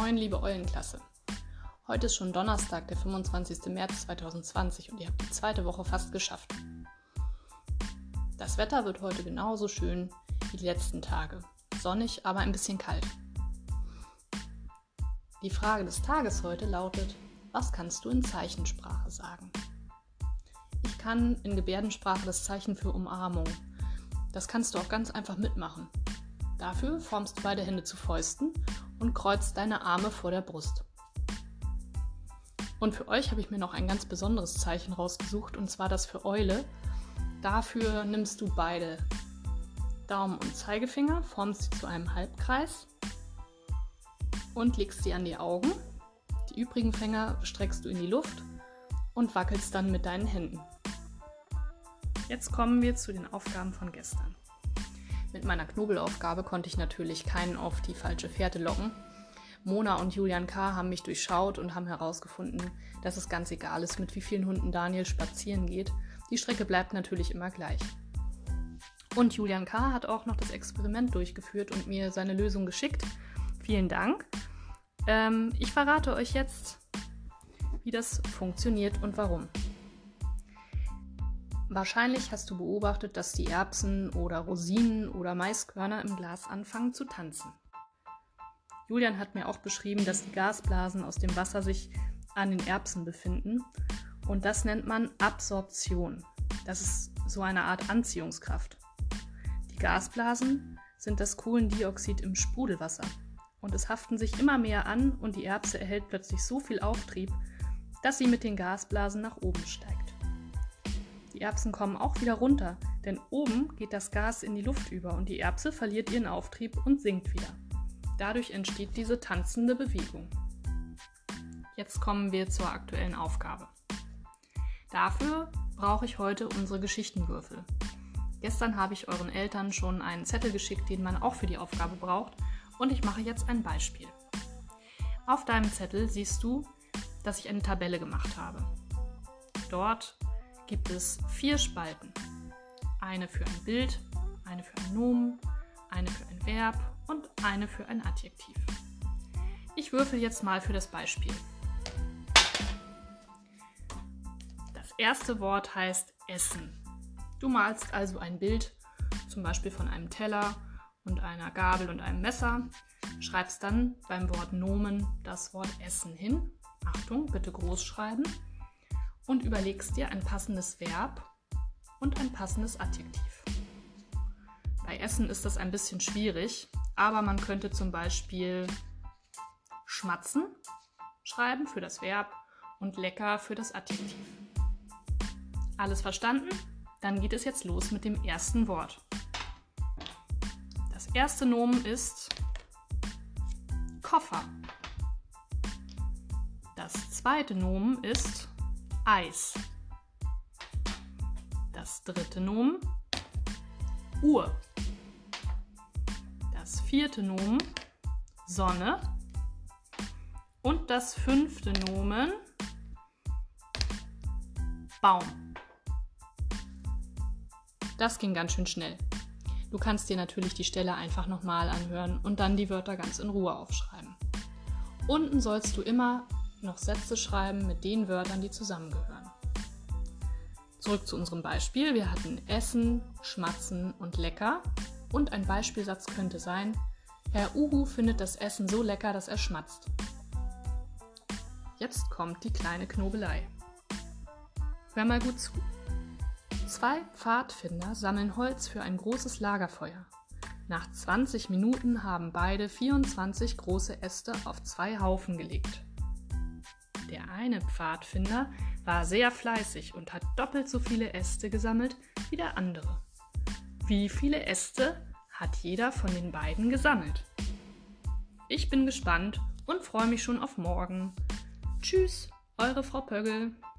Moin, liebe Eulenklasse. Heute ist schon Donnerstag, der 25. März 2020 und ihr habt die zweite Woche fast geschafft. Das Wetter wird heute genauso schön wie die letzten Tage. Sonnig, aber ein bisschen kalt. Die Frage des Tages heute lautet: Was kannst du in Zeichensprache sagen? Ich kann in Gebärdensprache das Zeichen für Umarmung. Das kannst du auch ganz einfach mitmachen. Dafür formst du beide Hände zu Fäusten und kreuzt deine Arme vor der Brust. Und für euch habe ich mir noch ein ganz besonderes Zeichen rausgesucht, und zwar das für Eule. Dafür nimmst du beide Daumen und Zeigefinger, formst sie zu einem Halbkreis und legst sie an die Augen. Die übrigen Finger streckst du in die Luft und wackelst dann mit deinen Händen. Jetzt kommen wir zu den Aufgaben von gestern. Mit meiner Knobelaufgabe konnte ich natürlich keinen auf die falsche Fährte locken. Mona und Julian K. haben mich durchschaut und haben herausgefunden, dass es ganz egal ist, mit wie vielen Hunden Daniel spazieren geht. Die Strecke bleibt natürlich immer gleich. Und Julian K. hat auch noch das Experiment durchgeführt und mir seine Lösung geschickt. Vielen Dank. Ich verrate euch jetzt, wie das funktioniert und warum. Wahrscheinlich hast du beobachtet, dass die Erbsen oder Rosinen oder Maiskörner im Glas anfangen zu tanzen. Julian hat mir auch beschrieben, dass die Gasblasen aus dem Wasser sich an den Erbsen befinden, und das nennt man Absorption. Das ist so eine Art Anziehungskraft. Die Gasblasen sind das Kohlendioxid im Sprudelwasser und es haften sich immer mehr an und die Erbse erhält plötzlich so viel Auftrieb, dass sie mit den Gasblasen nach oben steigt. Die Erbsen kommen auch wieder runter, denn oben geht das Gas in die Luft über und die Erbse verliert ihren Auftrieb und sinkt wieder. Dadurch entsteht diese tanzende Bewegung. Jetzt kommen wir zur aktuellen Aufgabe. Dafür brauche ich heute unsere Geschichtenwürfel. Gestern habe ich euren Eltern schon einen Zettel geschickt, den man auch für die Aufgabe braucht, und ich mache jetzt ein Beispiel. Auf deinem Zettel siehst du, dass ich eine Tabelle gemacht habe. Dort gibt es 4 Spalten. Eine für ein Bild, eine für ein Nomen, eine für ein Verb und eine für ein Adjektiv. Ich würfel jetzt mal für das Beispiel. Das erste Wort heißt Essen. Du malst also ein Bild, zum Beispiel von einem Teller und einer Gabel und einem Messer, schreibst dann beim Wort Nomen das Wort Essen hin. Achtung, bitte groß schreiben. Und überlegst dir ein passendes Verb und ein passendes Adjektiv. Bei Essen ist das ein bisschen schwierig, aber man könnte zum Beispiel schmatzen schreiben für das Verb und lecker für das Adjektiv. Alles verstanden? Dann geht es jetzt los mit dem ersten Wort. Das erste Nomen ist Koffer. Das zweite Nomen ist Eis. Das dritte Nomen Uhr. Das vierte Nomen Sonne. Und das fünfte Nomen Baum. Das ging ganz schön schnell. Du kannst dir natürlich die Stelle einfach nochmal anhören und dann die Wörter ganz in Ruhe aufschreiben. Unten sollst du immer noch Sätze schreiben mit den Wörtern, die zusammengehören. Zurück zu unserem Beispiel. Wir hatten Essen, Schmatzen und lecker. Und ein Beispielsatz könnte sein: Herr Uhu findet das Essen so lecker, dass er schmatzt. Jetzt kommt die kleine Knobelei. Hör mal gut zu. 2 Pfadfinder sammeln Holz für ein großes Lagerfeuer. Nach 20 Minuten haben beide 24 große Äste auf 2 Haufen gelegt. Der eine Pfadfinder war sehr fleißig und hat doppelt so viele Äste gesammelt wie der andere. Wie viele Äste hat jeder von den beiden gesammelt? Ich bin gespannt und freue mich schon auf morgen. Tschüss, eure Frau Pöggel.